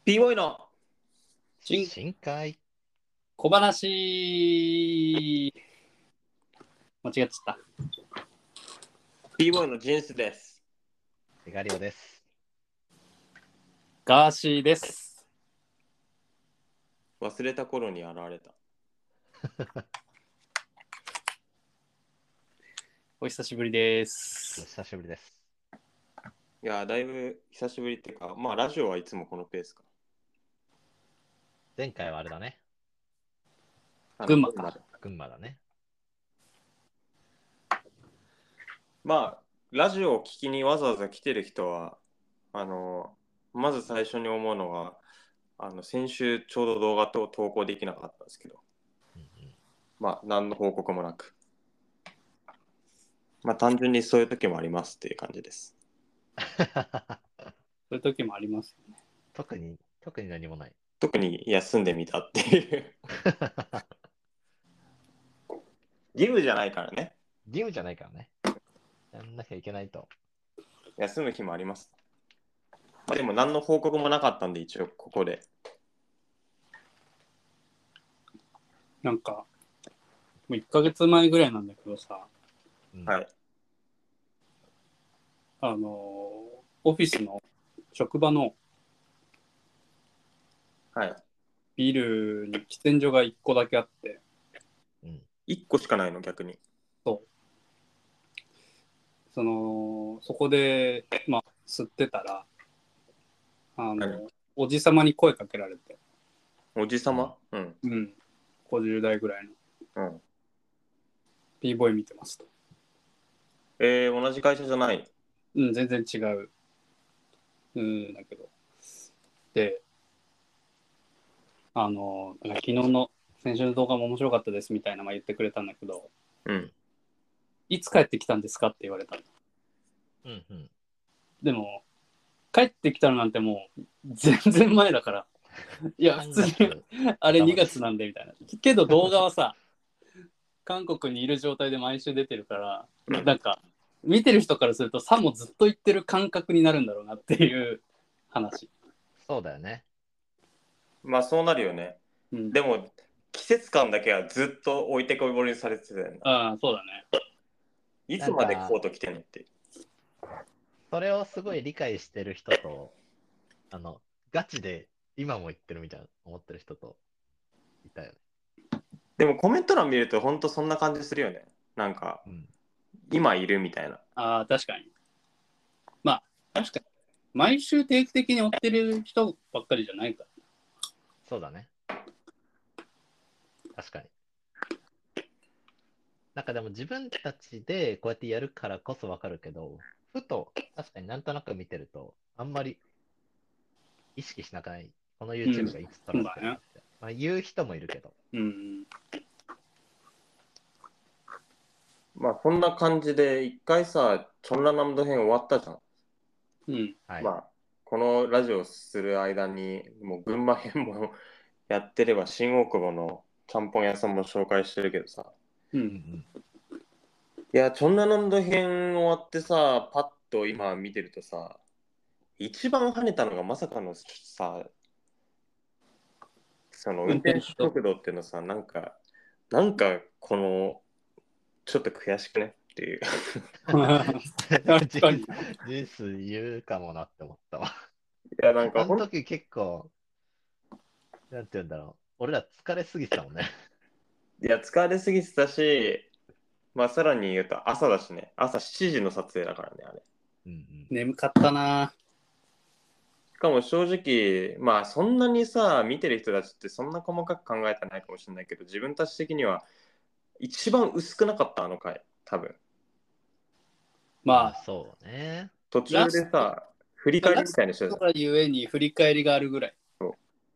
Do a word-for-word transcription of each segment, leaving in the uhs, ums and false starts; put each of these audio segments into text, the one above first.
ピーボーイの新深海小話。間違っちゃった。 ピーボーイのジンスです。 セガリオです。 ガーシーです。 忘れた頃に現れた。 お久しぶりでおす。 久しぶりです。 いや、だいぶ久しぶりっていうか、まあラジオはいつもこのペースか。 前回はあれだね。 あの群馬か。 群馬だね。 まあ、ラジオを聞きにわざわざ来てる人は、あの、まず最初に思うのは、あの先週ちょうど動画と投稿できなかったんですけど、 うんうん、 まあ何の報告もなく。まあ単純にそういう時もありますっていう感じです。 そういう時もありますよね。 特に、特に何もない。 特に休んでみたっていう義務じゃないからね。 義務じゃないからね。やんなきゃいけないと。 休む日もあります。まあ、でも何の報告もなかったんで、一応ここで。 なんか、もういっかげつまえぐらいなんだけどさ、 うん、 はい。 あの、オフィスの職場のはい。 ビルに喫煙所がいっこだけあって、 うん、 いっこしかないの、逆に。 そう。その、そこで、まあ、吸ってたら、あの、おじさまに声かけられて、 おじさま、うん、 うん、ごじゅう代ぐらいのうん。 ピーボーイ見てますと。 えー、同じ会社じゃない。 うん、全然違う。うんだけど。で、あの、なんか昨日の先週の動画も面白かったですみたいなの言ってくれたんだけど、 うん。 いつ帰ってきたんですかって言われたの。 うんうん。 でも、帰ってきたのなんてもう全然前だから、いや、普通にあれにがつなんでみたいな。けど動画はさ、韓国にいる状態で毎週出てるから、 うん、 なんか、見てる人からするとさもずっと言ってる感覚になるんだろうなっていう話。 そうだよね。 まあそうなるよね。 うん、 でも、季節感だけはずっと置いてこぼりにされてたよな。 ああ、そうだね。 いつまでコート着てんのって。 それをすごい理解してる人と、あの、ガチで今も言ってるみたいな思ってる人といたよね。 でもコメント欄見ると本当そんな感じするよね。なんか、 うん、 今いるみたいな。 ああ、確かに。まあ、確かに。毎週定期的に追ってる人ばっかりじゃないから。 そうだね。確かに。なんかでも自分たちでこうやってやるからこそわかるけど、ふと確かになんとなく見てると、あんまり意識しなくない。この YouTube がいつ撮られてるかって。 うん、 まあ、言う人もいるけど。 うん。 まあそんな感じで、一回さ、チョンラナムド編終わったじゃん。 うん。 はい。 まあ、このラジオする間に、もう群馬編もやってれば、新大久保のちゃんぽん屋さんも紹介してるけどさ。 う。 うんうんん。 いや、チョンラナンド編終わってさ、パッと今見てるとさ、一番跳ねたのがまさかのさ、その運運転手と。 転手速度っていうのさ、なんか、なんかこの、ちょっと悔しくねっていう。 確かに。 ジンス言うかもなって思ったわ。 いや、なんかあのほん、 時結構、なんて言うんだろう。俺ら疲れすぎてたもんね。 いや、疲れすぎてたし、まあ、さらに言うと朝だしね、朝しちじの撮影だからね、あれ。 うんうん。 眠かったな。 しかも正直、まあ、そんなにさ、見てる人たちってそんな細かく考えてないかもしれないけど、自分たち的には一番薄くなかった、あの回、多分。 まあ、 まあ、 そうね。 途中ラスト、 でさ、振り返りみラスたいにしてたじゃん。 トがゆえに振り返りがあるぐらい。 そう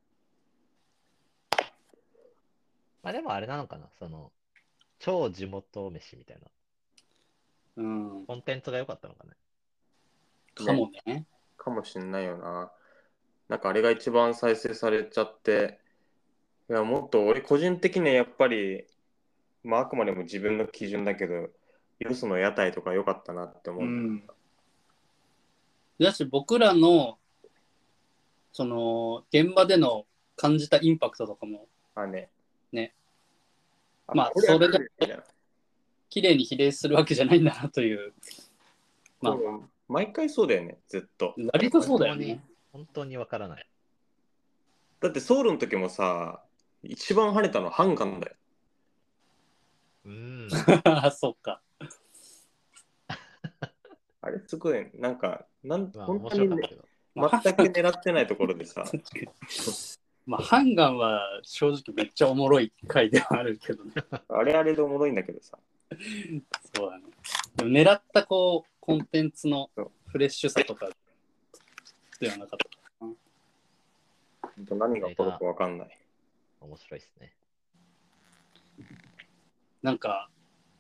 まあでもあれなのかな。その、超地元飯みたいな。 うん。 コンテンツが良かったのかね。 かもね。 かもしんないよな。なんかあれが一番再生されちゃって、いや、もっと俺個人的にはやっぱり、まああくまでも自分の基準だけど、よその屋台とか良かったなって思うんだよ。 うん。だし、僕らの、 その現場での感じたインパクトとかもあね。 ね。 あまあこれはそれが来るみたいな綺麗に比例するわけじゃないんだなという、まあこう毎回そうだよね、ずっと。 割とそうだよ本当にね。 本当にわからない。 だってソウルの時もさ、一番晴れたのハンガンだよ。 うーん。 そっか。 あれすごい、なんか、なんまあ、面本当に、ね、 白かったけど。 まあ全く狙ってないところでさ、 まあ、ハンガンは正直めっちゃおもろい回ではあるけどね。 あれあれでおもろいんだけどさ。 そうだね。でも狙ったこうコンテンツのそうフレッシュさとかではなかったかな。 本当何が起こるかわかんない。 面白いですね。 なんか、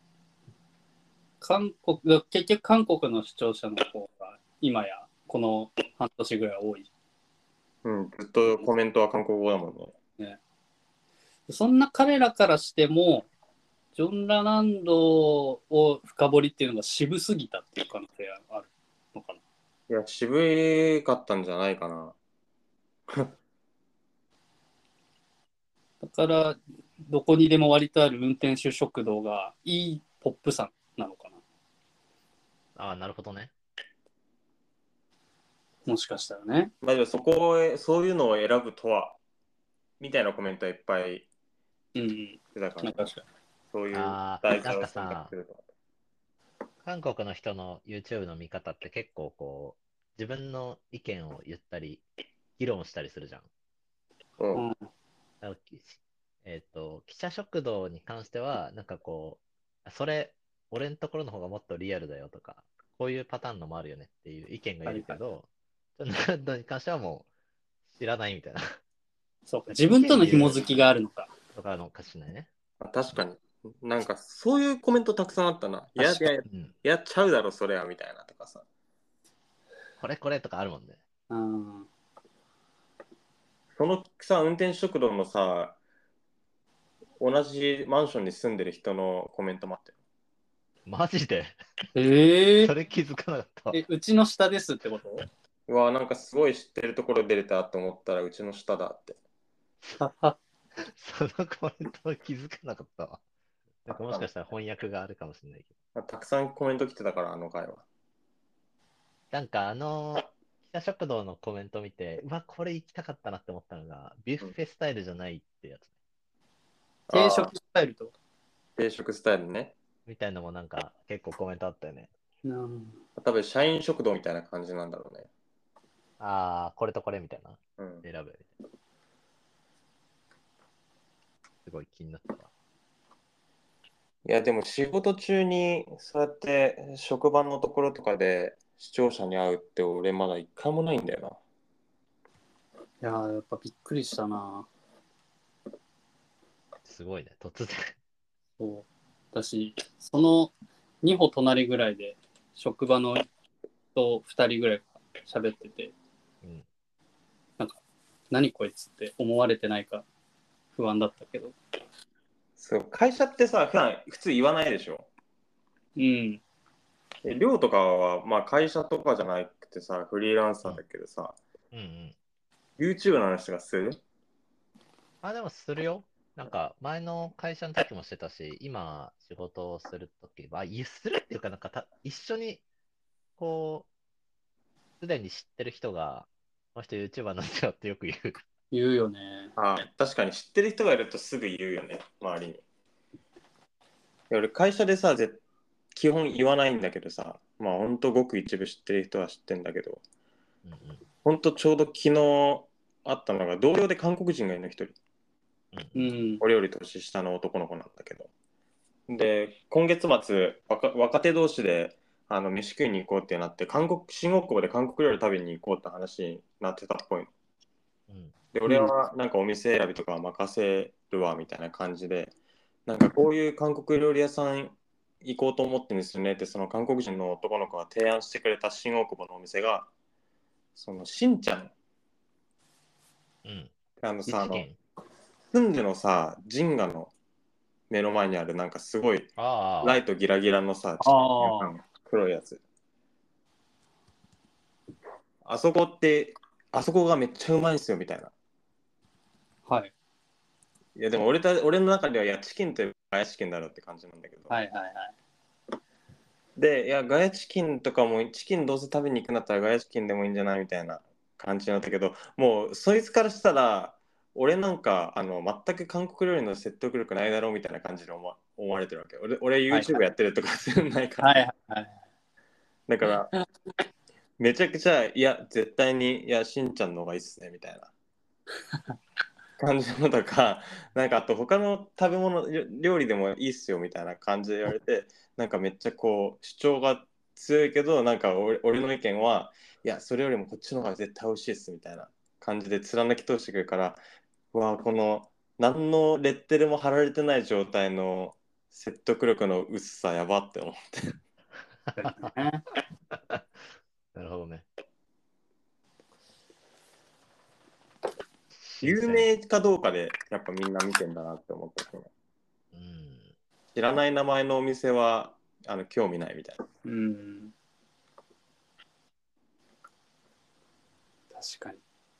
韓国、結局韓国の視聴者の方が今やこの半年ぐらい多い。 うん、ずっとコメントは韓国語だもんね。 ね、そんな彼らからしても、ジョン・ラランドを深掘りっていうのが渋すぎたっていう可能性があるのかな。 いや、渋かったんじゃないかな。 だから、どこにでも割とある運転手食堂がいいポップさなのかな。 ああ、なるほどね。 もしかしたらね。 まあでもそこへ、そういうのを選ぶとは、みたいなコメントはいっぱいうんうん。 だから、 確かに。 そういうああ、 題なん材を選択かさす、るとか。 韓国の人の YouTube の見方って結構こう、自分の意見を言ったり、議論したりするじゃん。 うん。 うん。 だからきえっと、記者食堂に関しては、なんかこう、それ、俺のところの方がもっとリアルだよとか、こういうパターンのもあるよねっていう意見がいるけど、ジョン・ランドに関してはもう知らないみたいな。 そうか。自分との紐づきがあるのか。 とかのかしれないね。 確かに。なんか、そういうコメントたくさんあったな。いや、いや、 確かにうん。 やっちゃうだろ、それは、みたいなとかさ。 これこれとかあるもんね。 うん。 そのさ、運転手食堂のさ、同じマンションに住んでる人のコメントもあったよ。 マジでえー、 それ気づかなかったわ。 え、うちの下ですってこと？ うわ、なんかすごい知ってるところ出れたと思ったら、うちの下だって。 はは。 そのコメントは気づかなかったわ。なんかもしかしたら翻訳があるかもしれないけど。 たくさんコメント来てたから、あの回は。 なんかあの、記者食堂のコメント見て、うわ、これ行きたかったなって思ったのが、ビュッフェスタイルじゃないってやつ定食スタイルと。 定食スタイルね。 みたいのもなんか結構コメントあったよね。 うん多分、社員食堂みたいな感じなんだろうね。 ああ、これとこれみたいな。 うん。 選ぶみたいな。すごい気になったわ。 いや、でも仕事中に、そうやって職場のところとかで視聴者に会うって俺まだ一回もないんだよいやーやっぱびっくりしたな。 すごいね、突然。 そう。私、そのに歩隣ぐらいで職場の人ふたりぐらい喋ってて、 うん。 何こいつって思われてないか不安だったけど。 な。そう、会社ってさ、普段普通言わないでしょ。 うん。 え寮とかは、まあ会社とかじゃなくてさ、フリーランサーだけどさ、 うんうん。 YouTube の話がする。 あ、でもするよ。なんか、前の会社の時もしてたし、今仕事をする時は、いするっていうか、なんかた、一緒に、こう、すでに知ってる人が、この人 YouTuber なんですよってよく言う。 言うよね。 ああ、確かに知ってる人がいるとすぐ言うよね、周りに。いや俺、会社でさ、ぜ基本言わないんだけどさ、まあほんとごく一部知ってる人は知ってんだけど、 うんうんほんとちょうど昨日あったのが、同僚で韓国人がいるの一人。 ううんうんん。 俺より年下の男の子なんだけど。で、今月末、若若手同士であの飯食いに行こうってなって、韓国、新大久保で韓国料理食べに行こうって話になってたっぽいの。 うんで、俺はなんかお店選びとかは任せるわみたいな感じで、なんかこういう韓国料理屋さん行こうと思ってるんですよねって、その韓国人の男の子が提案してくれた新大久保のお店が、そのしんちゃん、 うんあのさ、あの、 一元スンジュのさ、ジンガの目の前にあるなんかすごいああ、 ライトギラギラのさ、ちっちゃいああ。 黒いやつ。あそこってあそこがめっちゃうまいんですよみたいな。 はい。 いやでも俺た俺の中ではいやチキンというかガヤチキンだろうって感じなんだけど、 はいはいはい。 でいやガヤチキンとかもチキンどうせ食べに行くんだったらガヤチキンでもいいんじゃないみたいな感じになったけど、もうそいつからしたら俺なんかあの全く韓国料理の説得力ないだろうみたいな感じで思わ思われてるわけ。俺俺 YouTube やってるとかするないから、 はいはいはい。 だからめちゃくちゃいや絶対にいやしんちゃんの方がいいっすねみたいな感じのとか、なんかあと他の食べ物料理でもいいっすよみたいな感じで言われて、なんかめっちゃこう主張が強いけど、なんか俺俺の意見はいやそれよりもこっちの方が絶対美味しいっすみたいな感じで貫き通してくるから、うわこの何のレッテルも貼られてない状態の説得力の薄さやばって思って。 なるほどね。 有名かどうかでやっぱみんな見てんだなって思ったけど、 うん。 知らない名前のお店はあの興味ないみたいな。 うん。確かに。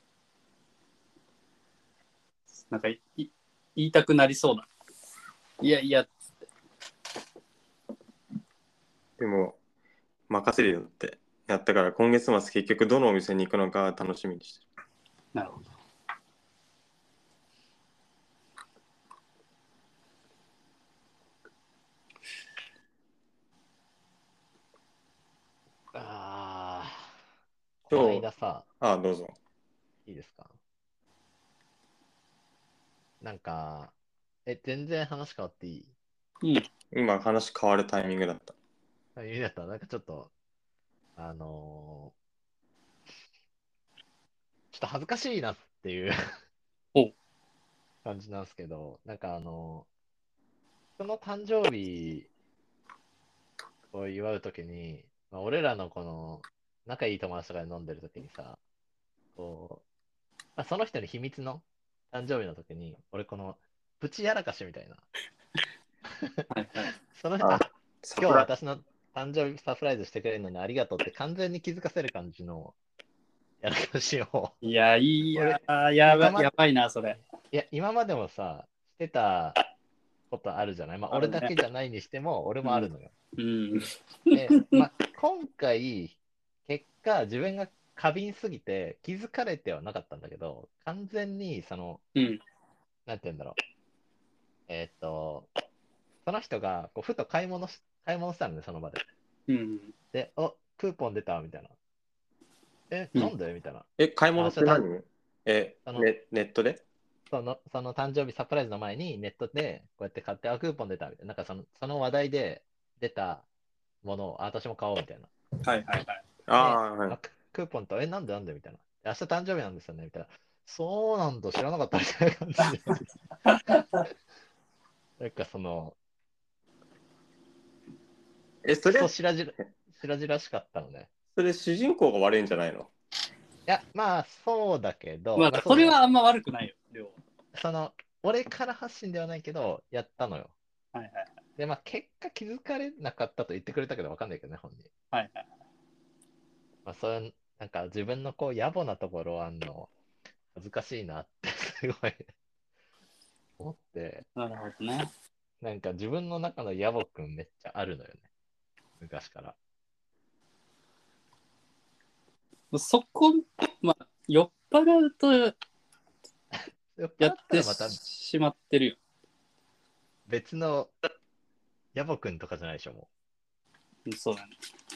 なんかいい言いたくなりそうだ。いやいや。 でも任せるよってやったから、今月末結局どのお店に行くのか楽しみにしてる。 なるほど。 ああ、 今日この間さ、 ああどうぞ。 いいですか？なんか、え、全然話変わっていい？ うん。 今話変わるタイミングだった。 あ、いいだった。なんかちょっと、あのーちょっと恥ずかしいなっていうおう。 感じなんですけど、なんかあのー人の誕生日を祝うときに、まあ、俺らのこの仲いい友達とかで飲んでるときにさ、こう、まあ、その人に秘密の誕生日のときに、俺このプチやらかしみたいな、 はいはい。 そのああ、今日サプライ私の誕生日サプライズしてくれるのにありがとうって完全に気づかせる感じのやらかしを、 いや、いいや俺、 やば今ま、 やばいな、それ。 いや、今までもさ、してたことあるじゃない。まあ、俺あるねだけじゃないにしても、俺もあるのよ。 うん。 で、まあ、今回、結果、自分が過敏すぎて気づかれてはなかったんだけど、完全に、その、 うん。 なんて言うんだろう。えーっと、その人が、こう、ふと買い物し、買い物したのね、その場で。 うん。 で、お、クーポン出たみたいな。え、 うんなんでみたいな。 え買い物ってあ、明日何？えあの、 ネネットで？ その、その誕生日サプライズの前にネットでこうやって買って、あ、クーポン出たみたいな。なんかその、その話題で出たものを、あ、私も買おうみたいな。 はいはいはい。 あで、 あはい。 あククーポンと、え、なんでなんでみたいな。明日誕生日なんですよねみたいな。そうなんだ、知らなかったみたいな感じで。なんかその、クえそれソしらじら、しらじらしかったのね。 それ主人公が悪いんじゃないの？ いや、まあ、そうだけど、 まあ、 まあ、そうだよ。 それはあんま悪くないよ、量。 その、俺から発信ではないけど、やったのよ。 はいはいで、まあ、結果気づかれなかったと言ってくれたけど、わかんないけどね、本人。 はいはい。 まあ、そういう、なんか自分のこう、野暮なところあんの、恥ずかしいなってすごい思って、 なるほどね。 なんか自分の中の野暮くんめっちゃあるのよね。昔から。 そこ、まあ、酔っ払うと酔っ払やってったらまたしまってるよ。 別の野暮くんとかじゃないでしょ、もうんそうだね。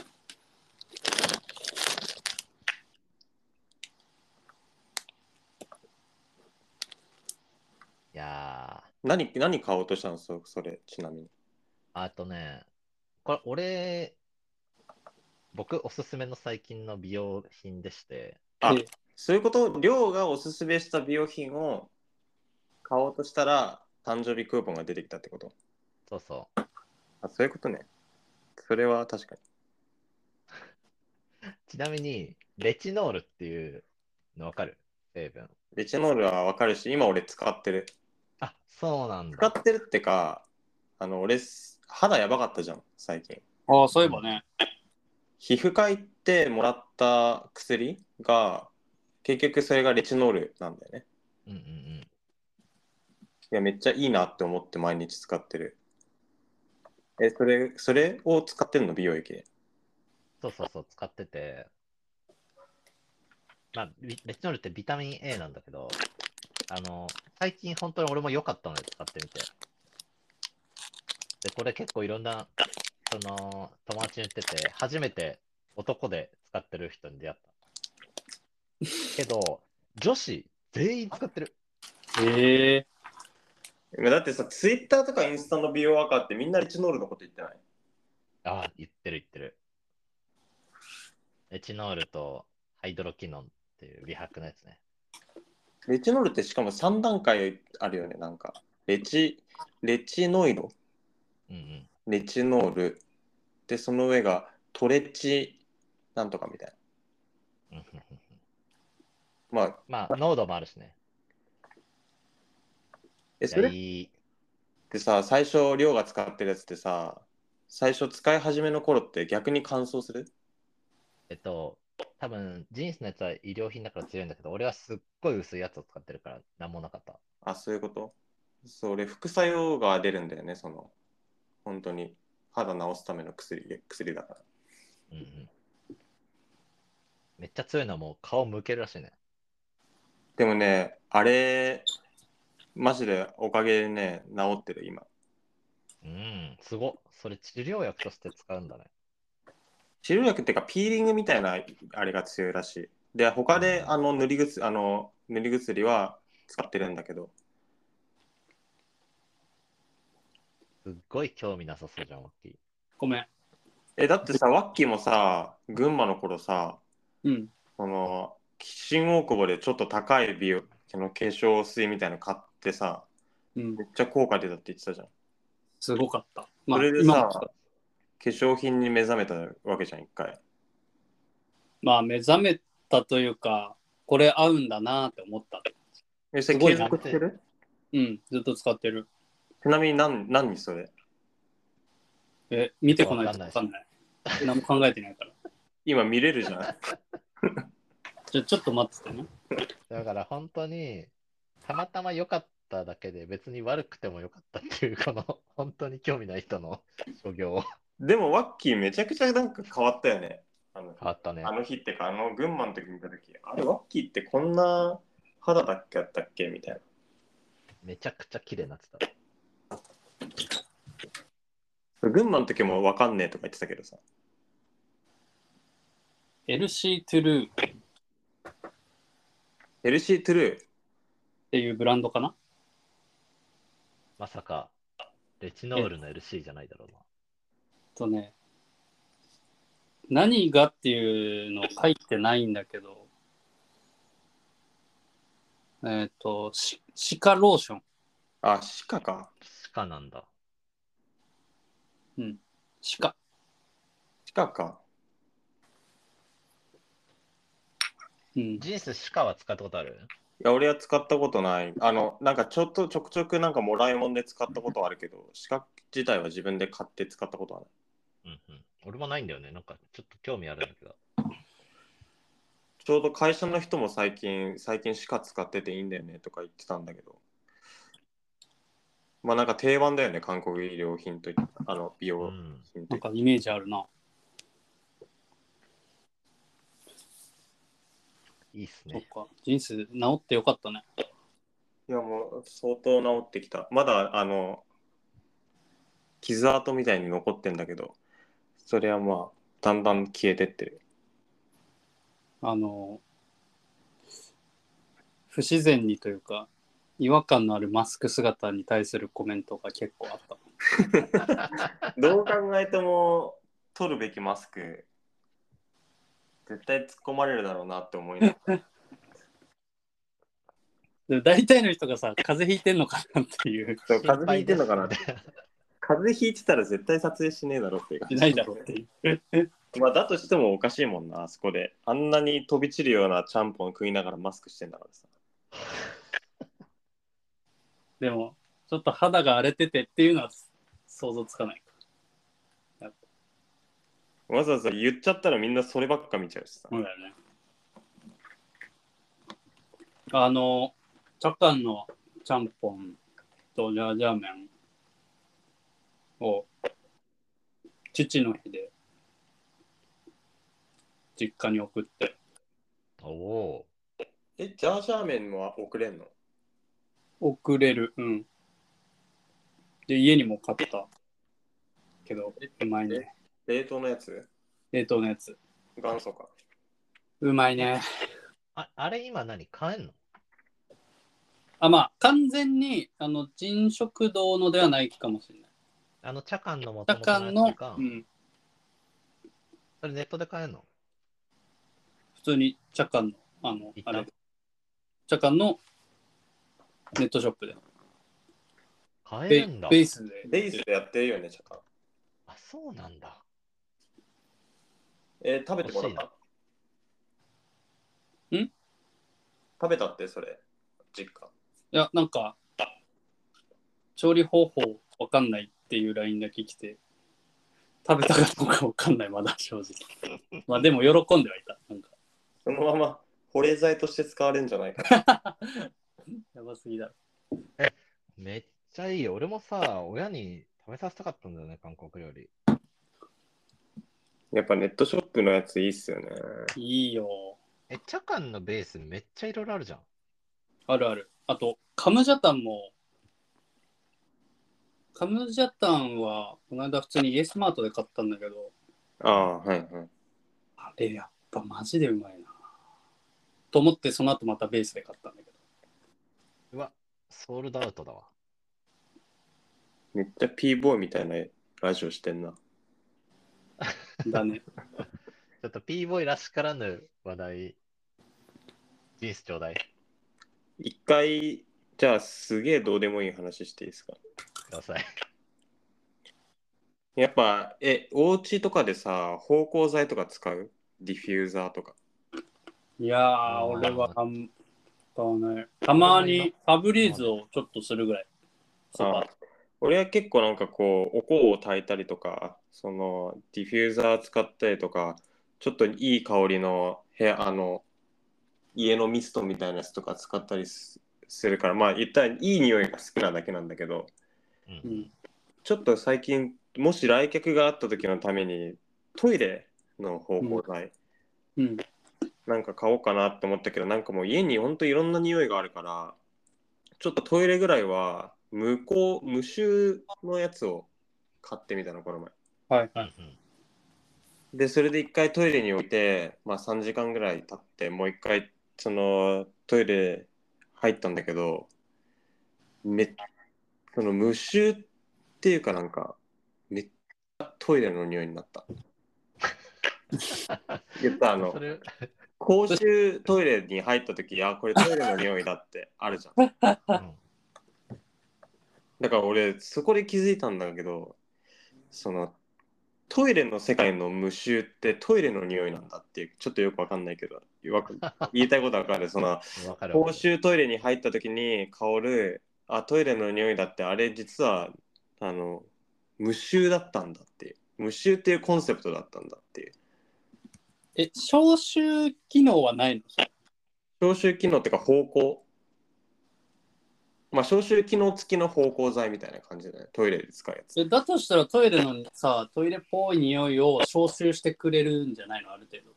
う。いやー、 何何買おうとしたの？そそれちなみに。 あとね、これ、俺、僕おすすめの最近の美容品でして、 あでそういうこと？亮がおすすめした美容品を買おうとしたら誕生日クーポンが出てきたってこと？ そうそう。 あそういうことね。それは確かに。 ちなみに、レチノールっていうのわかる？成分。 レチノールはわかるし、今俺使ってる。 あ、そうなん使だ。 ってるってか、あの俺肌やばかったじゃん最近。 ああ、そういえばね。 皮膚科行ってもらった薬が結局それがレチノールなんだよね。 うんうんうん。 いや、めっちゃいいなって思って毎日使ってる。え、それ、それを使ってるの美容液で。 そうそうそう、使ってて、まあ、ビレチノールってビタミン A なんだけど、あの、最近本当に俺も良かったので使ってみて。で、これ結構いろんな、その、友達に言ってて、初めて男で使ってる人に出会った。けど、女子全員使ってる。 ええだってさ、ツイッターとかインスタの美容アカってみんなレチノールのこと言ってない？ ああ、言ってる言ってる。レチノールとハイドロキノンっていう美白のやつね。 レチノールってしかもさん段階あるよね、なんか。レチ、レチノイド、 うんうん。 レチノール。で、その上がトレチなんとかみたいうんうんうんうん。 な。まあ、 まあ、濃度もあるしね。 え、 いや、 それっいい。 てさ、最初、量が使ってるやつってさ、最初使い始めの頃って逆に乾燥する？ えっと、多分、ジーンスのやつは医療品だから強いんだけど、俺はすっごい薄いやつを使ってるからなんもなかった。 あ、そういうこと？それ、副作用が出るんだよね、その、本当に。肌治すための薬、薬だから。 うんうん。めっちゃ強いのはもう顔向けるらしいね。 でもね、あれ、マジでおかげでね、治ってる、今。 うん、すごっ。それ治療薬として使うんだね。 治療薬っていうか、ピーリングみたいなあれが強いらしい。で、他で、 うん、 あの、塗り薬、あの、塗り薬は使ってるんだけど、 すっごい興味なさそうじゃん、ワッキー。 ごめん。 え、だってさ、ワッキーもさ、群馬の頃さ、 うん。 その、新大久保でちょっと高い美容、その化粧水みたいなの買ってさ、 うん。 めっちゃ効果出たって言ってたじゃん。 すごかった。まそあ、 れでさ、 今も使う。 化粧品に目覚めたわけじゃん、一回。 まあ、目覚めたというか、これ合うんだなって思った。 え、それ継すごいな。 続してる？ うん、ずっと使ってる。 ちなみに何、何にそれ？ え、見てこないわかんないし。 とわかんない。何も考えてないから。 今見れるじゃん。 じゃあ、ちょっと待っててね。 だから本当に、たまたま良かっただけで別に悪くても良かったっていう、この本当に興味ない人の所業。 でも、ワッキーめちゃくちゃなんか変わったよね。あの変わったね。 あの日ってか、あの群馬の時見た時、あれ、ワッキーってこんな肌だっけあったっけみたいな。 めちゃくちゃ綺麗になってた。 群馬の時もわかんねえとか言ってたけどさ。 エルシー トゥルーっエルシー トゥルー。 ていうブランドかな。 まさか、レチノえっールの エルシー じゃないだろうな。 とね、何がっていうの書いてないんだけど、えっ、と、シシカローション。 あ、シカか。 鹿なんだ。 うん。シカ。 シカか。 うん。 ジーンス鹿は使ったことある？ いや、俺は使ったことない。あの、なんかちょっとちょくちょくなんかもらいもんで使ったことはあるけど、シカ自体は自分で買って使ったことはない。 うんうん。俺もないんだよね。なんかちょっと興味あるんだけど。 ちょうど会社の人も最近、最近シカ使ってていいんだよねとか言ってたんだけど。まあなんか定番だよね、韓国医療品といあの美容うん。 品といなんかイメージあるな。 いいっすね。 そっか。ジンス治ってよかったね。 いやもう相当治ってきた。まだあの、傷跡みたいに残ってんだけど、それはまあ、だんだん消えてってる。 あの、不自然にというか、違和感のあるマスク姿に対するコメントが結構あった。 どう考えても、取るべきマスク、絶対突っ込まれるだろうなって思いながら。 で大体の人がさ、風邪ひいてんのかなっていう、 そう心風邪ひいてん配ですのかなって。風邪ひいてたら絶対撮影しねえだろっていう感じ。 しないだろうっていう。 まあだとしてもおかしいもんな、あそこで。あんなに飛び散るようなちゃんぽん食いながらマスクしてんだからさ。 でも、ちょっと肌が荒れててっていうのは想像つかないか。 わざわざ言っちゃったらみんなそればっか見ちゃうしさ。 そうだよね。 あの、チャカンのちゃんぽんとジャージャー麺を父の日で実家に送っておおえ、ジャージャー麺も送れんの？ 送れる。うん。で、家にも買ったけど、うまいね。 冷凍のやつ？ 冷凍のやつ。 元祖か。 うまいね。 あ、あれ今何買えんの？ あ、まあ、完全に、あの、人食堂のではないかもしれない。 あの、茶館のもチャともとのやカンの、 つか。 うん、 それネットで買えんの？ 普通にチャカンの、あの、 行ったあれ、チャカンのネットショップで。ベイ買えるんだ。 ベースで。 ベースでやってるよね、チャカ。 あ、そうなんだ。 えー食べてもらっ欲た？ ん食べたって、それ、実家。 いや、なんか、調理方法わかんないっていうラインだけ来て、食べたかどうかわかんない、まだ正直。まあでも喜んではいた。なんか、 そのまま保冷剤として使われるんじゃないか。 やばすぎだろ。 めっちゃいいよ。俺もさ、親に食べさせたかったんだよね、韓国料理。 やっぱネットショップのやついいっすよね。 いいよ。 え、茶館のベースめっちゃいろいろあるじゃん。 あるある。あと、カムジャタンも、カムジャタンは、この間普通にイエスマートで買ったんだけど、 ああ、はいはい。 あれやっぱマジでうまいな。と思ってその後またベースで買ったんだけど。 うわ、ソールドアウトだわ。 めっちゃ P ボーイみたいなラジオしてんな。 だね。 ちょっと P ボーイらしからぬ話題、ジンスちょうだい。 一回、じゃあすげえどうでもいい話していいですか？ ください。 やっぱ、え、お家とかでさ、芳香剤とか使う？ディフューザーとか。 いやー、 あー俺はあん買わない。たまにファブリーズをちょっとするぐらい。そばあ、俺は結構なんかこう、お香を焚いたりとか、そのディフューザー使ったりとか、ちょっといい香りの部屋、あの、家のミストみたいなやつとか使ったりすするから、まあ言ったらいい匂いが好きなだけなんだけど、 う。 うんん。 ちょっと最近、もし来客があった時のために、トイレの芳香剤、 うん。 なんか買おうかなって思ったけど、なんかもう家にほんといろんな匂いがあるから、ちょっとトイレぐらいは無香、無臭のやつを買ってみたの、この前。 はいはい。 うんうんで、それで一回トイレに置いて、まあさんじかんぐらい経って、もう一回、そのトイレ入ったんだけど、めその無臭っていうかなんか、めっちゃトイレの匂いになった。言ったあの、 それ、 公衆トイレに入った時、あ、これトイレの匂いだってあるじゃん。 うんだから俺、そこで気づいたんだけど、そのトイレの世界の無臭ってトイレの匂いなんだっていう、ちょっとよくわかんないけど、わか言いたいことわかる。そのわかるわか公る。 衆トイレに入った時に香る、あ、トイレの匂いだって、あれ実は、あの、無臭だったんだっていう。無臭っていうコンセプトだったんだっていう。 え、消臭機能はないの？ 消臭機能っていうか芳香。まあ、消臭機能付きの芳香剤みたいな感じだね。トイレで使うやつ。いえ、だとしたらトイレのさ、トイレっぽい匂いを消臭してくれるんじゃないの？ある程度。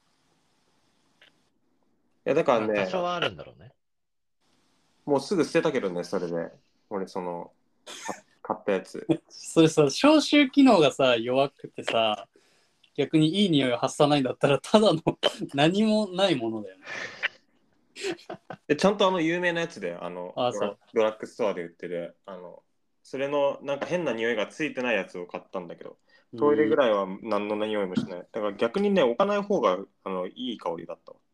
や、だからまあ、多ね、 少はあるんだろうね。 もうすぐ捨てたけどね、それで。俺、その、か買ったやつ。 それさ、消臭機能がさ、弱くてさ、逆にいい匂いを発さないんだったら、ただの何もないものだよね。 で、ちゃんとあの有名なやつで、あのあ、 ドラそう。 ドラッグストアで売ってる、あの、それのなんか変な匂いがついてないやつを買ったんだけど、トイレぐい。 らいは何の匂いもしない。だから逆にね、置かない方があのいい香りだったわ。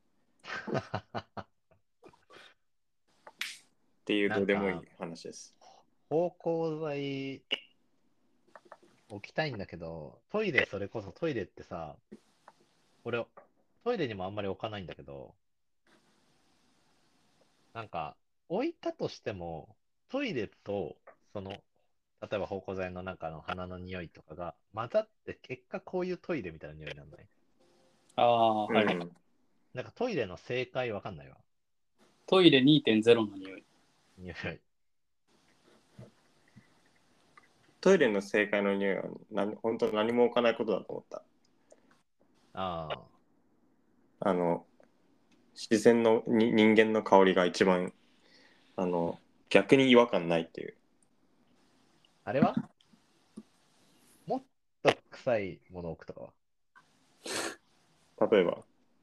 っていうどうでもいい話です。 芳香剤置きたいんだけど、トイレ、それこそトイレってさ、俺、トイレにもあんまり置かないんだけど、なんか、置いたとしても、トイレと、その、例えば芳香剤の中の花の匂いとかが混ざって、結果こういうトイレみたいな匂いにならない？ ああ、はい。 うん。 なんかトイレの正解わかんないわ。 トイレ にてんゼロ の匂い。 匂い。 トイレの正解の匂いは何本当何も置かないことだと思った。 ああの、自然のに人間の香りが一番、あの、逆に違和感ないっていう。 あ。あれはもっと臭いものを置くとかは。 例えば。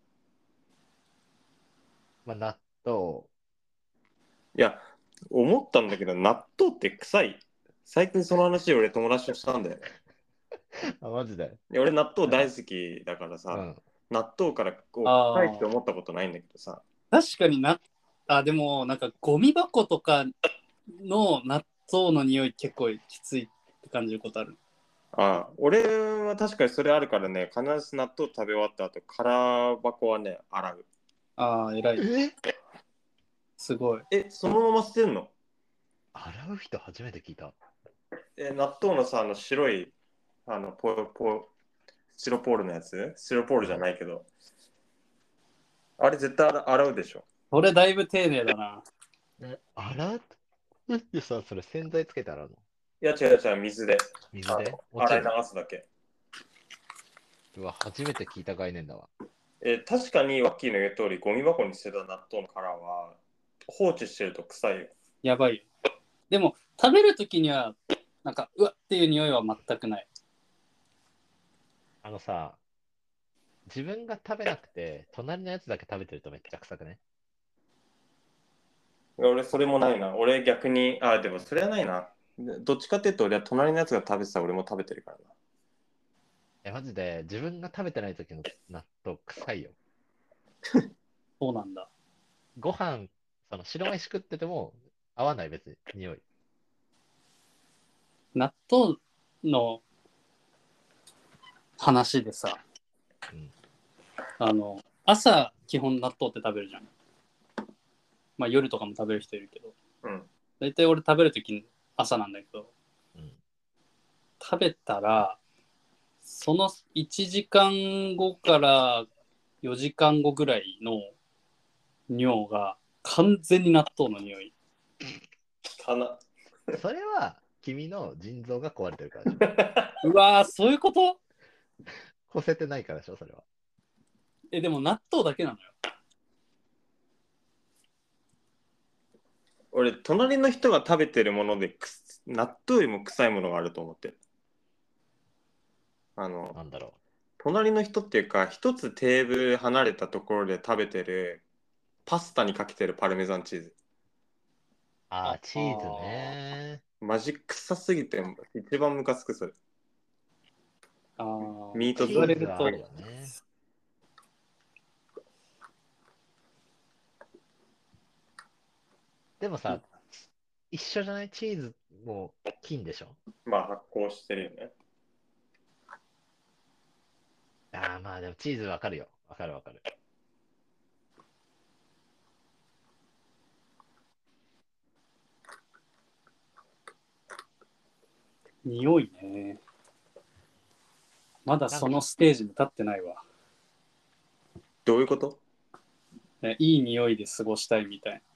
まあ、納豆。 いや、思ったんだけど、納豆って臭い。最近その話を俺友達としたんだよね。 あ、マジで。 いや俺納豆大好きだからさ、 うん。 納豆からこうあー臭いって思ったことないんだけどさ、 確かにな、あ、でもなんかゴミ箱とかの納豆の匂い結構きついって感じることある。 ああ、俺は確かにそれあるからね、必ず納豆食べ終わった後、空箱はね、洗う。 ああ、偉い。 えすごい。 え、そのまま捨てんの？ 洗う人初めて聞いた。 え、納豆のさ、あの白い、あの、ポポシロポールのやつシロポールじゃないけど、あれ絶対洗洗うでしょ。 これだいぶ丁寧だな。 え、洗うってさ、それ洗剤つけて洗うの？ いや、違う違う、水で。 水であの洗い落ちる？ 流すだけ。 うわ、初めて聞いた概念だわ。 え、確かにワッキーの言う通り、ゴミ箱に捨てた納豆の殻は放置してると臭いよ。 やばいよ。でも食べるときにはなんかうわっていう匂いは全くない。 あのさ、自分が食べなくて、隣のやつだけ食べてるとめっちゃ臭くね？ 俺、それもないな。俺、逆に、あ、でもそれはないな。どっちかっていうと、俺は隣のやつが食べてたら俺も食べてるからな。 え、マジで、自分が食べてない時の納豆臭いよ。 そうなんだ。 ご飯、その白飯食ってても合わない別に、匂い。 納豆の話でさ、 うん。 あの朝基本納豆って食べるじゃん。まあ夜とかも食べる人いるけど、 うん。 大体俺食べるとき朝なんだけど、 うん。 食べたらそのいちじかんごからよじかんごぐらいの尿が完全に納豆の匂い。 かな。 それは、君の腎臓が壊れてるからでしょ。 うわー、そういうこと？ こせてないからでしょ、それは。 え、でも納豆だけなのよ。 俺、隣の人が食べてるものでくす、納豆よりも臭いものがあると思ってる。あの、 なんだろ隣の人っていうか、一つテーブル離れたところで食べてるパスタにかけてるパルメザンチーズ。 う。あー、チーズね。 マジ臭すぎて、一番ムカつくそれ。 あーミートチ言われるとーズはあるよね。でもさ、一緒じゃない？チーズも菌でしょ？ まあ発酵してるよね。 ああ、まあでもチーズわかるよ。わかるわかる。 匂いね。まだそのステージに立ってないわ。 どういうこと？ ね、いい匂いで過ごしたいみたい。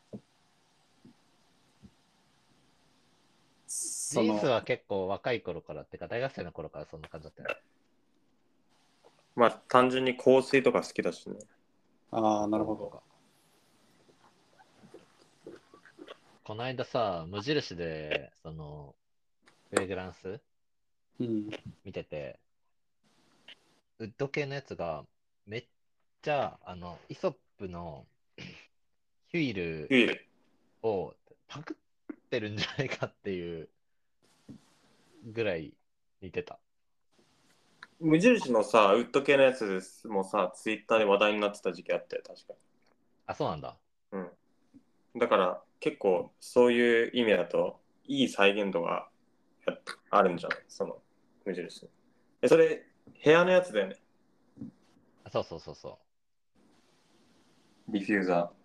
そのジーンスは結構若い頃から、ってか大学生の頃からそんな感じだったよね。 まあ単純に香水とか好きだしね。 ああ、なるほど。 とかこの間さ、無印で、その、フレグランスうん。 見てて、ウッド系のやつが、めっちゃ、あの、イソップのヒュイルいいをパクってるんじゃないかっていうぐらい似てた。 無印のさ、ウッド系のやつもさ、ツイッターで話題になってた時期あったよ、確かあ、そうなんだ。 に。うん。だから結構そういう意味だと、いい再現度がやあるんじゃないその無印。え、それ、部屋のやつだよね。 あ、そうそうそうそディフューザ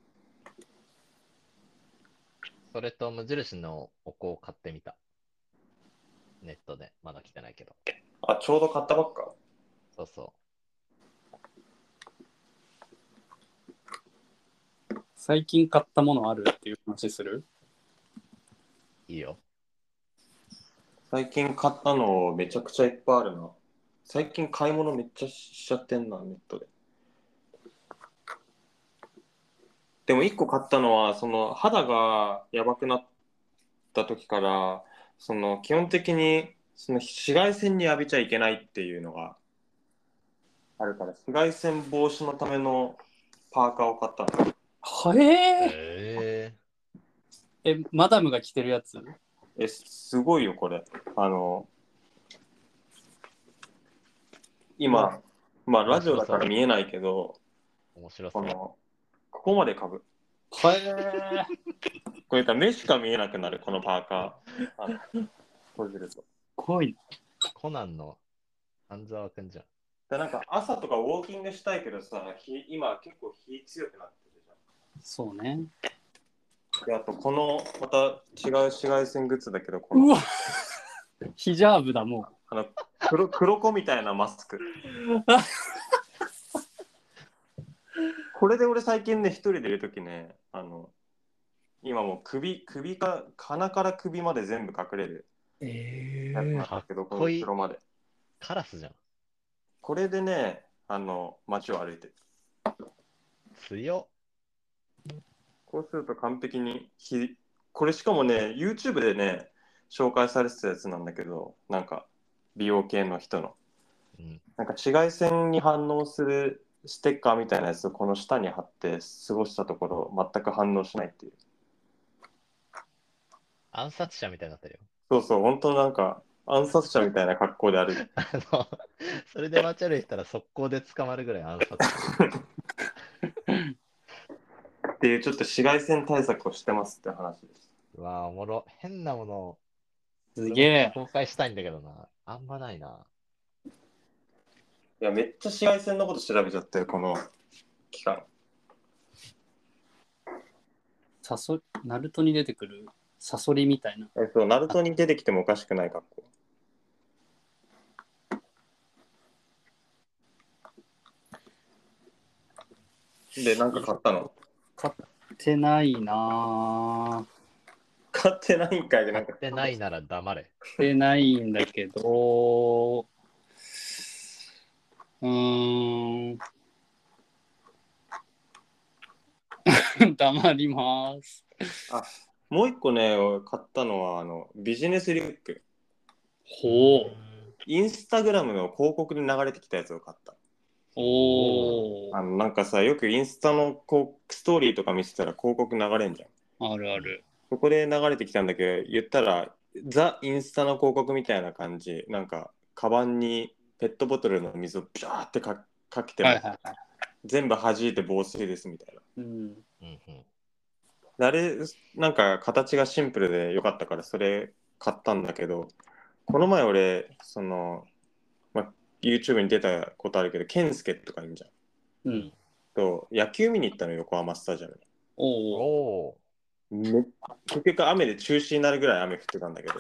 う。それと無印のお香を買ってみた。ネットで。まだ来てないけど。 ー。あ、ちょうど買ったばっか。 そうそ最近買ったものあるっていう話する？ いいよ。 最近買ったのめちゃくちゃいっぱいあるな。最近買い物めっちゃしちゃってんな、ネットで。でも一個買ったのは、その肌がやばくなった時から、その基本的にその紫外線に浴びちゃいけないっていうのがあるから、紫外線防止のためのパーカーを買ったの。 はえー、 へえ、マダムが着てるやつ？ え、すごいよ、これ。あの、今、まあラジオだから見えないけど、 ー、面白そう。 この、ここまでかぶ。 はえー、 これか目しか見えなくなる、このパーカー。あの閉じると。 すごいな。 コナンの半沢くんじゃん。 でなんか朝とかウォーキングしたいけどさ、日今結構日強くなってるじゃん。 そうね。 であとこのまた違う紫外線グッズだけど、このうわヒジャーブだ、もあの黒黒子みたいなマスク。これで俺最近ね、一人でいるときね、あの今もう首首か鼻から首まで全部隠れるう。えやつなんー、 だけど、 かっこいいこの後ろまで。 カラスじゃん。 これでね、あの街を歩いてる。 強っ。 こうすると完璧にひ、これしかもね、YouTube でね、紹介されてたやつなんだけど、なんか美容系の人の。 うん。 なんか紫外線に反応するステッカーみたいなやつをこの下に貼って過ごしたところ、全く反応しないっていう。 暗殺者みたいになってるよ。 そうそう、本当なんか暗殺者みたいな格好で歩いて。 あの、それで街歩いてたら速攻で捕まるぐらい暗殺っていうちょっと紫外線対策をしてますって話です。 うわあ、おもろ。変なものをすげえ。 公開したいんだけどな。あんまないな。 いや、めっちゃ紫外線のこと調べちゃってる、この期間。 サソナルトに出てくるサソリみたいな。 えそう、ナルトに出てきてもおかしくない格好。で、なんか買ったの？ 買ってないなぁ。 買ってないんかいで、なんか。 買ってないなら黙れ。 買ってないんだけど、うーん。黙ります。 あ、もう一個ね、買ったのはあのビジネスリュック。 ほう。 インスタグラムの広告で流れてきたやつを買った。 おー。 あのなんかさ、よくインスタのこうストーリーとか見せたら広告流れんじゃん。 あるある。 そこで流れてきたんだけど、言ったらザ・インスタの広告みたいな感じ。なんかカバンにペットボトルの水をビャーってかかけても、 はいはいはい。 全部弾いて防水ですみたいな。 うん。 うんうんあれなんか形がシンプルでよかったからそれ買ったんだけど、この前俺その、まあ、YouTube に出たことあるけど、ケンスケとかいいんじゃん。 うん。 と野球見に行ったの、横浜スタジアムおー。 おに。め結局雨で中止になるぐらい雨降ってたんだけど、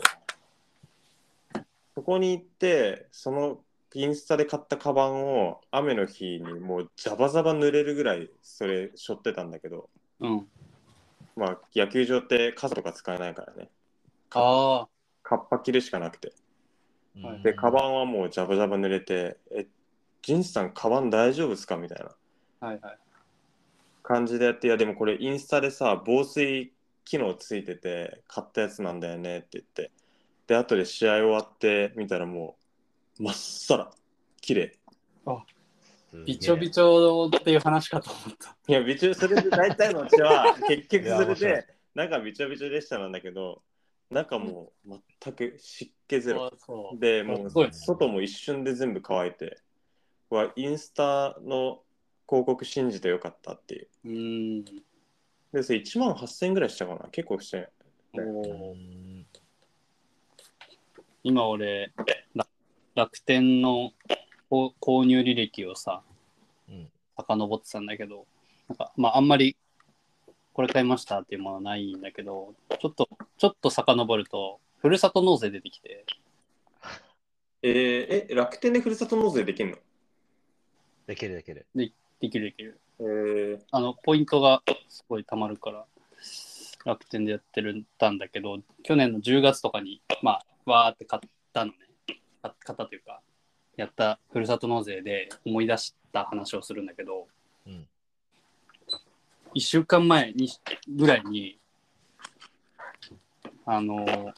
そこに行ってそのインスタで買ったカバンを雨の日にもうザバザバ濡れるぐらいそれ背負ってたんだけど、 うん。 まあ野球場って傘とか使えないからね、 あカッパ着るしかなくて、 ー。 はいでカバンはもうジャバジャバ濡れて、えジンスさんカバン大丈夫ですかみたいなあ。はいはい。 感じでやって、いやでもこれインスタでさ防水機能ついてて買ったやつなんだよねって言って、で後で試合終わって見たらもう真っさら綺麗。 すげえびちょびちょっていう話かと思った。 いや、びちょそれで大体のうちは結局それいや面白いで中びちょびちょでしたなんだけど、中もう全く湿気ゼロそうそうで、もうすごい。 外も一瞬で全部乾いて、はインスタの広告信じてよかったっていう。 うーん。 で、それいちまんはっせんえんぐらいしたかな、結構して。 おうー。 ん今俺、楽楽天のこう購入履歴をさ、 うん遡ってたんだけど、なんか、まあ、あんまりこれ買いましたっていうものはないんだけど、ちょっと、ちょっと遡ると、ふるさと納税出てきて、 えー、え、楽天でふるさと納税できるの？ できるできる。 で、できるできる。 えー、 あのポイントがすごいたまるから楽天でやってるたんだけど、去年のじゅうがつとかにまあわーって買ったのね。買ったというかやったふるさと納税で思い出した話をするんだけど、 うん。 いっしゅうかんまえにぐらいにあの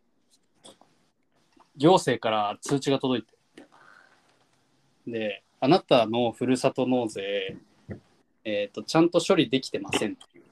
行政から通知が届いて、であなたのふるさと納税、えーと、ちゃんと処理できてませんっていう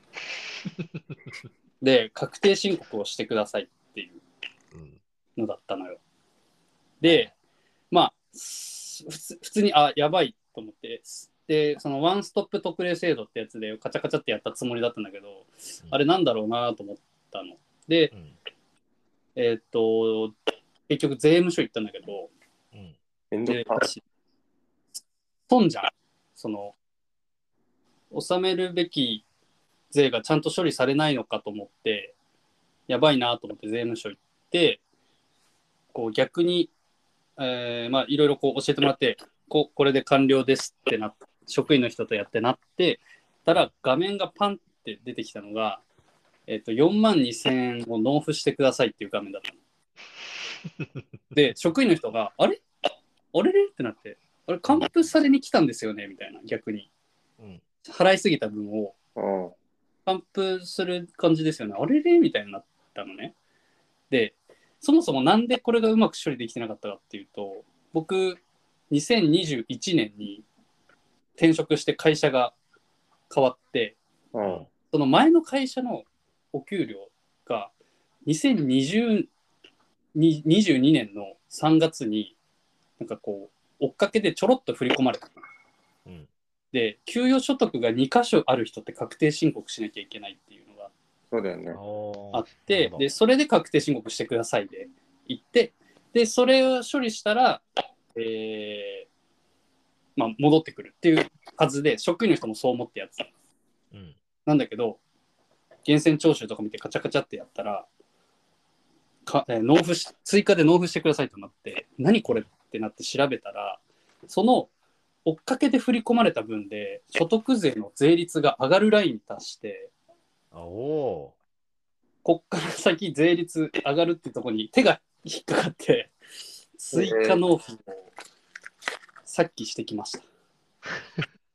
で確定申告をしてくださいっていうのだったのよ。で、はい、まあ普通にあやばいと思って、でそのワンストップ特例制度ってやつでカチャカチャってやったつもりだったんだけど、うん、あれなんだろうなと思ったので、うん、えっと結局税務署行ったんだけど、うん、で損じゃん、その納めるべき税がちゃんと処理されないのかと思ってやばいなと思って税務署行って、こう逆に、えー、まあいろいろこう教えてもらって、ここれで完了ですってなって、職員の人とやってなってたら画面がパンって出てきたのが、えー、とよんまんにせんえんを納付してくださいっていう画面だったので職員の人があれあれれってなって、あれ還付されに来たんですよねみたいな、逆に、うん、払いすぎた分を還付する感じですよね、あれれみたいになったのね。でそもそもなんでこれがうまく処理できてなかったかっていうと、僕にせんにじゅういちねんに転職して会社が変わって、うん、その前の会社のお給料がにせんにじゅうにねんのさんがつになんかこう追っかけでちょろっと振り込まれた、うん、で給与所得がに箇所ある人って確定申告しなきゃいけないっていうのがそうだよねあって、でそれで確定申告してくださいで言って、でそれを処理したら、えーまあ、戻ってくるっていうはずで、職員の人もそう思ってやってた、うん、なんだけど源泉徴収とか見てカチャカチャってやったらか、えー、納付し追加で納付してくださいとなって、何これってなって調べたら、その追っかけで振り込まれた分で所得税の税率が上がるラインに達して、おこっから先税率上がるってとこに手が引っかかって追加納付をさっきしてきました。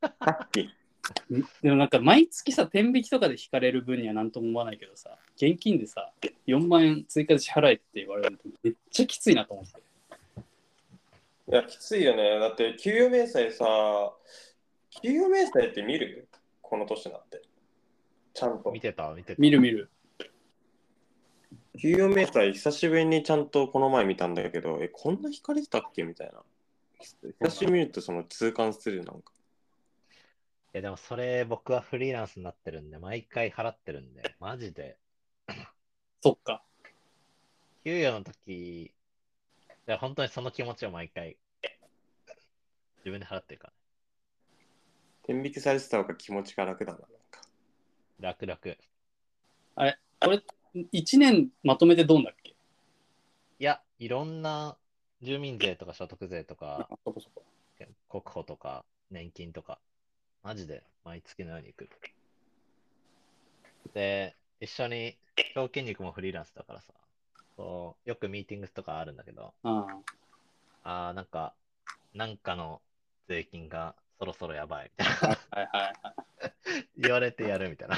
さっきでもなんか毎月さ天引きとかで引かれる分には何とも思わないけどさ、現金でさよんまんえん追加で支払えって言われるとめっちゃきついなと思って。 いやきついよね。だって給与明細さ、給与明細って見る？この年になってちゃんと見てた見てた見る見る。 給与明細久しぶりにちゃんとこの前見たんだけど、えこんな引かれてたっけみたいな。久しぶりに見るとその痛感する。なんかいやでもそれ僕はフリーランスになってるんで毎回払ってるんでマジでそっか。 給与の時いや本当にその気持ちを毎回自分で払ってるから。 天引きされてた方が気持ちが楽だな。なんか楽々。 あれこれいちねんまとめてどんだっけ？ いやいろんな住民税とか所得税とかそこそこ国保とか年金とかマジで毎月のように行く。で一緒にひょうきん肉もフリーランスだからさ、こうよくミーティングとかあるんだけど、ああなんかなんかの税金がそろそろやばいみたいなはいはい、はい、言われてやるみたいな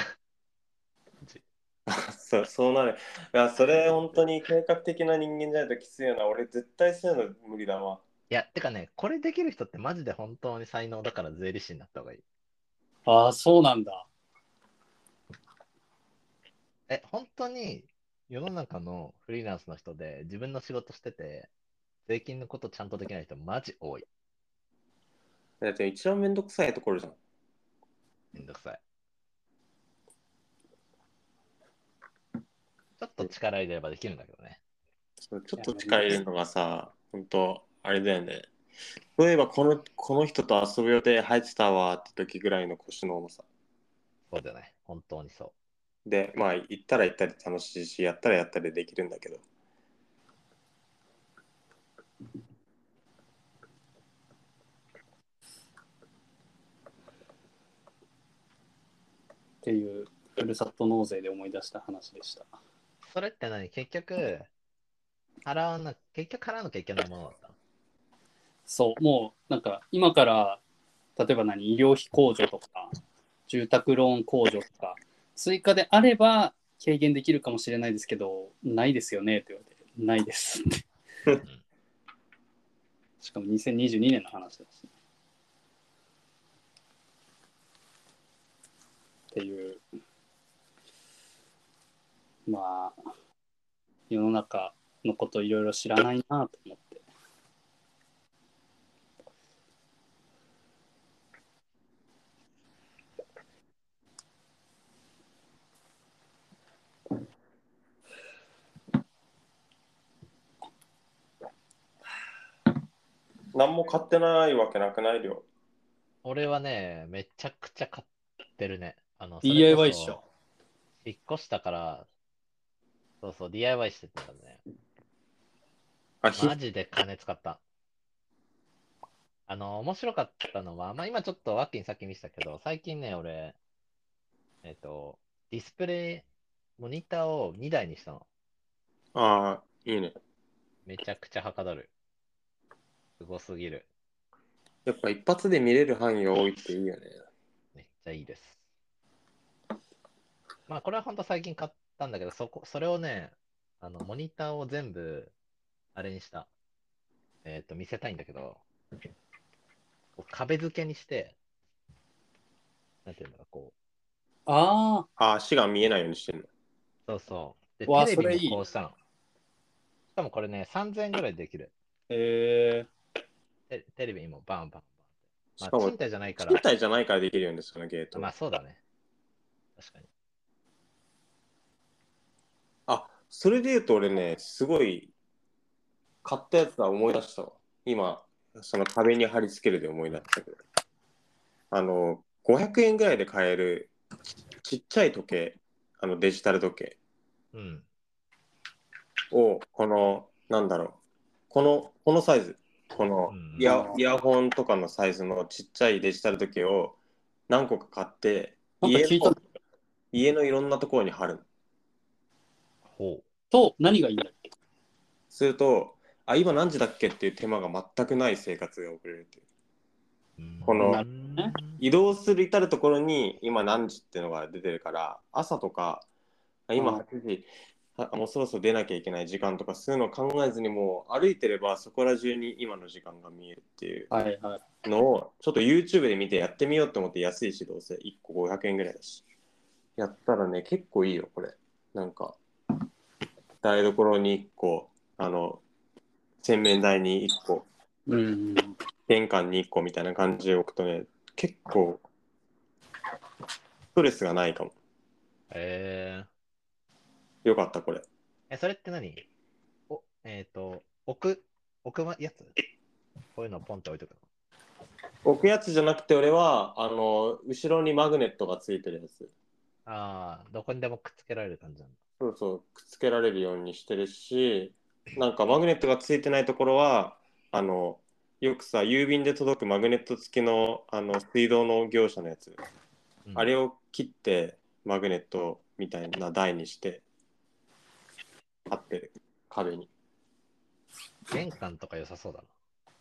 そう、そうなる。いや、それ本当に計画的な人間じゃないときついよな。俺絶対そういうの無理だわ。 いや、てかね、これできる人ってマジで本当に才能だから税理士になった方がいい。 ああ、そうなんだ。 え、本当に世の中のフリーランスの人で自分の仕事してて、税金のことちゃんとできない人マジ多い。 だって一番めんどくさいところじゃん。 めんどくさい。ちょっと力入れればできるんだけどね。 ちょっと力入れるのがさ、本当あれだよね。そういえばこの、この人と遊ぶ予定入ってたわって時ぐらいの腰の重さ。 そうだよね。本当にそう。 で、まあ、行ったら行ったり楽しいし、やったらやったりできるんだけど。 っていうふるさと納税で思い出した話でした。 それって何結局、払わな、結局払わなきゃいけないものだったの？ そう、もうなんか今から例えば何医療費控除とか住宅ローン控除とか追加であれば軽減できるかもしれないですけど、ないですよねって言われて、ないですってしかもにせんにじゅうにねんの話だし、ね、っていう、まあ世の中のこといろいろ知らないなと思って。 何も買ってないわけなくないよ。 俺はね、めちゃくちゃ買ってるね。あの、それこディーアイワイ っしょ。 そ、引っ越したから、そうそう、ディーアイワイ してたんだね。 あ、ひ、 マジで金使った。あの、面白かったのは、まあ今ちょっとワッキーにさっき見せたけど、最近ね、俺、えっと、ディスプレイ、モニターをにだいにしたの。 ああ、いいね。 めちゃくちゃはかどる。すごすぎる。 やっぱ一発で見れる範囲が多いっていいよね。 めっちゃいいです。まあこれは本当最近買ったんだけど、そこ、それをね、あの、モニターを全部、あれにした。えっと、見せたいんだけど、こう壁付けにして、なんていうんだろう、こああ、足が見えないようにしてるの。 う、そうそう。で、 あ、わあ、 テレビもそれいい。 こうしたの。しかもこれね、さんぜんえんぐらいでできる。 えテテレビにもバンバンバンって。まあ、 しかも、 賃貸じゃないから、 賃貸じゃないからできるようにそのゲート。 まあそうだね。確かに。 あ、それで言うと俺ね、すごい買ったやつは思い出したわ。今、その壁に貼り付けるで思い出したけど。あの、ごひゃくえんぐらいで買えるちっちゃい時計、あのデジタル時計うん。 を、この、なんだろう、この、このサイズ、このうんうんイヤ、イヤホンとかのサイズのちっちゃいデジタル時計を何個か買って、 ー、なんか家聞いたの、家のいろんなところに貼る。 ほと何がいいんだっけ。 すると、あ、今何時だっけっていう手間が全くない生活が送れるっていう。 う。うーこのなるほどね。 ん。 移動する至るところに今何時っていうのが出てるから、朝とか、あ今うんはちじ、あもうそろそろ出なきゃいけない時間とか、そういうのを考えずにもう歩いてればそこら中に今の時間が見えるっていうはいはい。 のをちょっと YouTube で見てやってみようと思って安いし、どうせいっこごひゃくえんぐらいだし。やったらね、結構いいよ、これ。なんか、台所にいっこ、あの、洗面台にいっこ、 うん。 玄関にいっこみたいな感じで置くとね、結構ストレスがないかも。 えよかった、これ。 ー、え、それって何お、えっと、置く、置くまやつこういうのをポンって置いとくの？ 置くやつじゃなくて、俺は、あの、後ろにマグネットがついてるやつ。 ああ、どこにでもくっつけられる感じなんだ。 そうそう、くっつけられるようにしてるし、なんかマグネットがついてないところは、あの、よくさ、郵便で届くマグネット付きの、あの水道の業者のやつ、 うん。 あれを切ってマグネットみたいな台にして貼ってる、壁に。 玄関とか良さそうだな。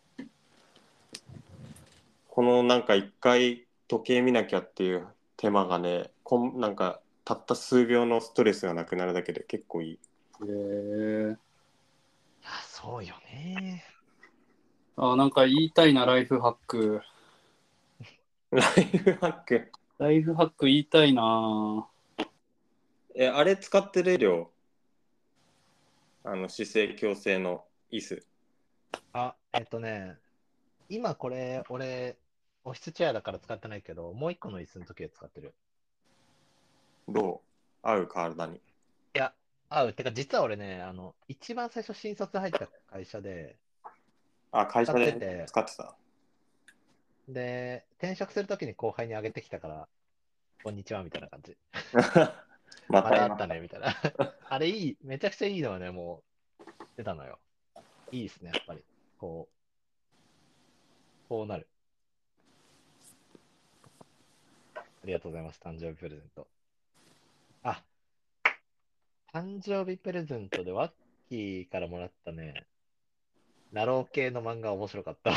このなんか一回時計見なきゃっていう手間がね、こんなんかたった数秒のストレスがなくなるだけで結構いい。 へえ。 いや、そうよね。 あ、なんか言いたいな、ライフハック。 ライフハック。 ライフハック言いたいな。 え、あれ使ってるよ。あの姿勢矯正の椅子。 あ、えっとね、今これ、俺、オフィスチェアだから使ってないけど、もう一個の椅子の時は使ってる。 どう合う体に。 いや、合う。てか、実は俺ね、あの、一番最初新卒入った会社であ、会使社でってて、 使ってた。 で、転職するときに後輩にあげてきたから、こんにちはみたいな感じ。 ままた会ったね、 たいました。 みたいな。あれいい、めちゃくちゃいいのはね、もう出たのよ。いいですね、やっぱり。こう、こうなる。ありがとうございます、誕生日プレゼント。 あ、誕生日プレゼントでワッキーからもらったね、ナロー系の漫画面白かった。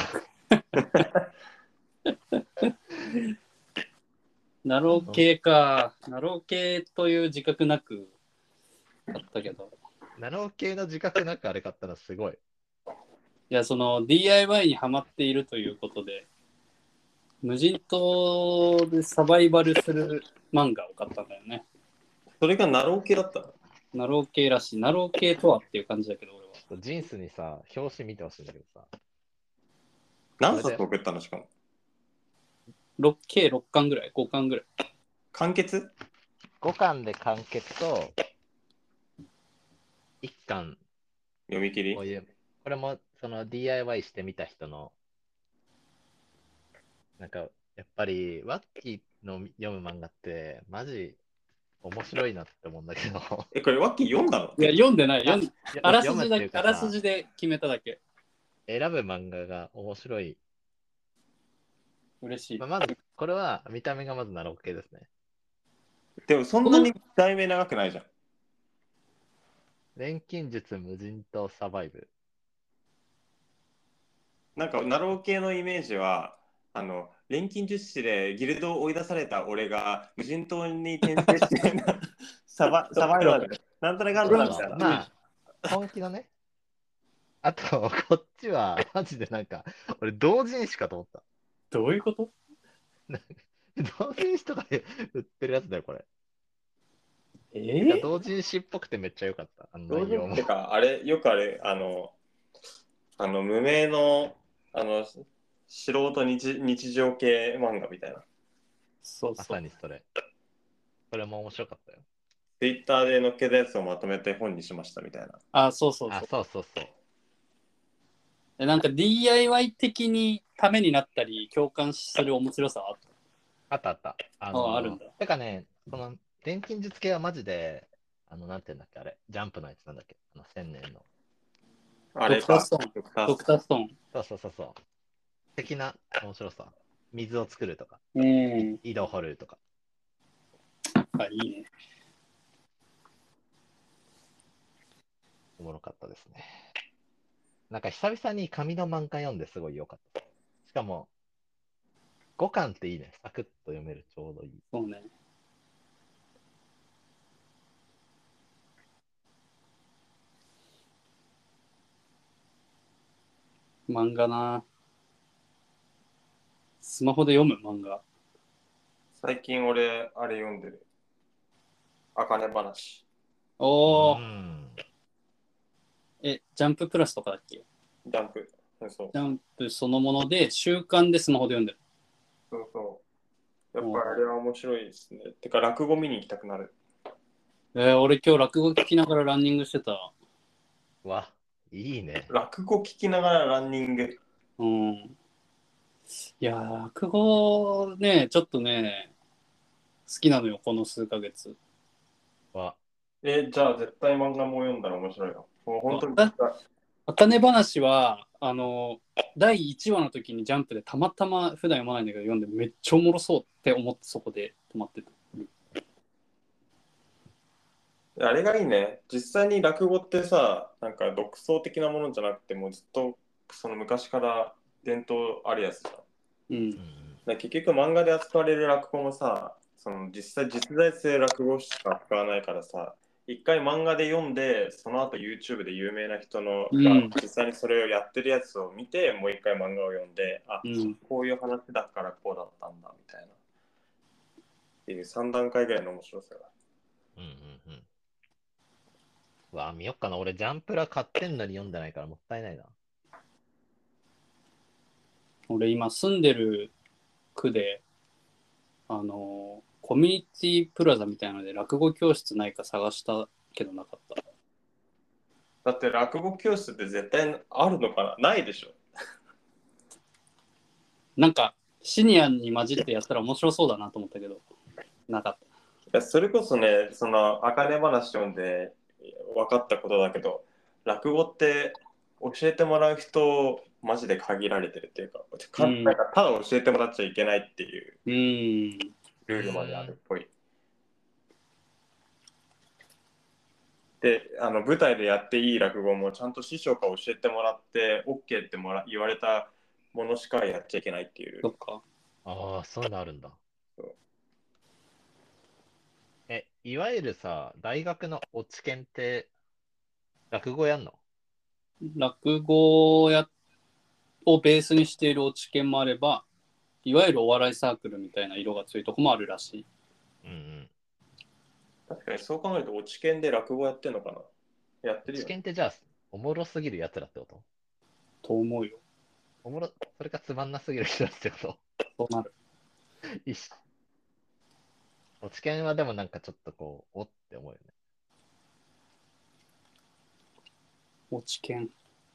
ナロー系か。ナロー系という自覚なくあったけど。 ナロー系の自覚なくあれ買ったのすごい。 いや、その ディーアイワイ にハマっているということで、無人島でサバイバルする漫画を買ったんだよね。 それがナロー系だったの？ ナロー系らしい。ナロー系とはっていう感じだけど、俺は。 ちょっとジンスにさ、表紙見てほしいんだけどさ。 何冊送ったのしかも。 ろっけいろっかんぐらい ?ご 巻ぐらい。 完結？ ごかんで完結と、いっかん読み切りこういう、これもその ディーアイワイ してみた人の、なんか、やっぱり、ワッキーの読む漫画って、マジ面白いなって思うんだけど。 え、これワッキー読んだの？ いや、読んでない。読んいやあらす読むじだあっていうかさらすじで決めただけ。 選ぶ漫画が面白い。 嬉しい。 まあ、まず、これは見た目がまずナロー系ですね。 でもそんなに題名長くないじゃん。 錬金術無人島サバイブ。 なんかナロー系のイメージは、あの錬金術師でギルドを追い出された俺が無人島に転生してサバサバイバルなんとなかんとなみたいな。 まあ、本気のね。あと、こっちは、マジでなんか、俺、同人誌かと思った。 どういうこと？ 同人誌とかで売ってるやつだよ、これ。 えー、 てか同人誌っぽくてめっちゃ良かった。あの同内容も人って。か、あれ、よくあれ、あの、あの無名の、あの、素人日日常系漫画みたいな。 まそうそう。 さにそれ。それも面白かったよ。 ツイッターで載っけたやつをまとめて本にしましたみたいな。 あ、そうそうそあ、 う。 そうそうそう。 えなんか ディーアイワイ 的にためになったり共感する面白さはあっあったあった。あた。 のー、 ああるんだ。 てかね、この錬金術系はマジで、あの、なんていうんだっけ、あれ、ジャンプのやつなんだっけ、あの、千年の。 あれかドクターストーン。 ドクタードクターストーン。 そうそうそうそう。的な面白さ。水を作るとか、 うん。 井戸掘るとか。 あ、いいね。 おもろかったですね。なんか久々に紙の漫画読んですごい良かった。しかも、ごかんっていいね。サクッと読める、ちょうどいい。 そうね。漫画な。スマホで読む漫画。 最近俺、あれ読んでる。あかね話。 おー。 うんえ、ジャンププラスとかだっけ？ ジャンプ。そうそうジャンプそのもので週刊でスマホで読んでる。 そうそう。やっぱりあれは面白いですね。てか、落語見に行きたくなる。 えー、俺今日落語聞きながらランニングしてた。 わ、いいね。 落語聞きながらランニング。 うん。いやー、落語ね、ちょっとね、好きなのよ、この数ヶ月。 わ、 え、じゃあ絶対漫画も読んだら面白いよ。もう本当に。 あかね話は、あの、だいいちわの時にジャンプでたまたま普段読まないんだけど読んでめっちゃおもろそうって思ってそこで止まってた。 あれがいいね。実際に落語ってさ、なんか独創的なものじゃなくて、もうずっとその昔から伝統あるやつじゃん。 うん。 うん、 だから結局漫画で扱われる落語もさ、その実際実在性落語しか使わないからさ、一回漫画で読んで、その後 YouTube で有名な人のうんが実際にそれをやってるやつを見て、もう一回漫画を読んで、あ、 うん。 こういう話だからこうだったんだみたいな。っていうさん段階ぐらいの面白さが。 うんうんうん。うわ、見よっかな。俺、ジャンプラ買ってんのに読んでないからもったいないな。 俺今住んでる区で、あの、コミュニティプラザみたいなので落語教室ないか探したけどなかった。 だって落語教室って絶対あるのかな？ないでしょ。 なんかシニアに混じってやったら面白そうだなと思ったけど、なかった。 いやそれこそね、そのあかね話読んで分かったことだけど、落語って教えてもらう人マジで限られてるっていうか、かうんなんかただ教えてもらっちゃいけないっていううーん。 ルールまであるっぽい。 で、あの舞台でやっていい落語もちゃんと師匠から教えてもらって OK ってもら言われたものしかやっちゃいけないっていう。 そっか。 ああ、そういうのあるんだそう。 え、いわゆるさ、大学の落ち研って落語やんの？ 落語やをベースにしている落ち研もあれば、いわゆるお笑いサークルみたいな色が強いとこもあるらしい。 うんうん。 確かにそう考えると、落ち研で落語やってんのかな。やってる落よね。 研ってじゃあ、おもろすぎるやつらってこと？ と思うよ。 おもろ、それかつまんなすぎる人らってこそうなる。 と？いいし。落ち研はでもなんかちょっとこう、おって思うよね。 落ち研。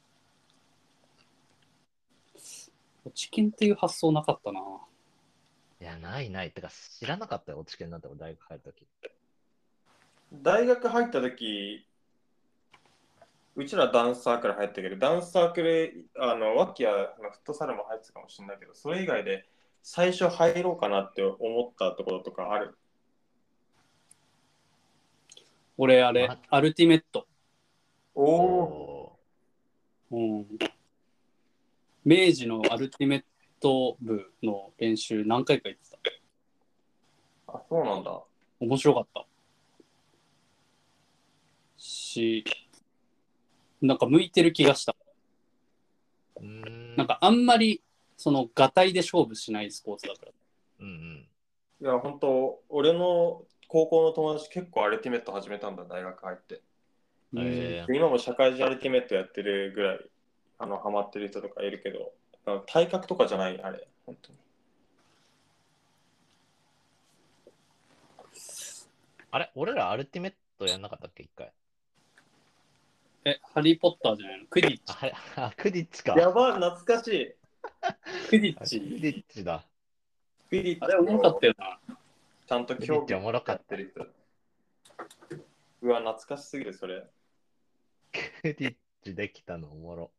落ち研っていう発想なかったな。 いや、ないない。てか、知らなかったよ、落ち研なんて俺大学入るとき。 大学入った時、うちらダンスサークル入ったけど、ダンスサークル、あの、ワッキーのフットサルも入ってたかもしれないけど、それ以外で最初入ろうかなって思ったところとかある。 俺、あれ、 まアルティメット。 おお。 おうん。明治のアルティメット部の練習何回か行ってた。 あ、そうなんだ。 面白かった。し、なんか向いてる気がした。 ー。うーん。 なんかあんまり、その、がたいで勝負しないスポーツだから。 うんうん。 いや、本当俺の高校の友達結構アルティメット始めたんだ、大学入って。 えで今も社会人アルティメットやってるぐらい、あの、ハマってる人とかいるけど、あの体格とかじゃない、あれ、本当に。 あれ俺らアルティメットやんなかったっけ、一回。 え、ハリー・ポッターじゃないの？クディッあ、 チ。 はあ、クディッチか。 やば、懐かしい。 クディッあクチ。 ディッチだ。 ビリッあれ、おもろかったよな。 ちゃんとクディ競技ッチおもろかやっ。 ったてる人。うわ、懐かしすぎる、それ。 クディッチできたのおもろ。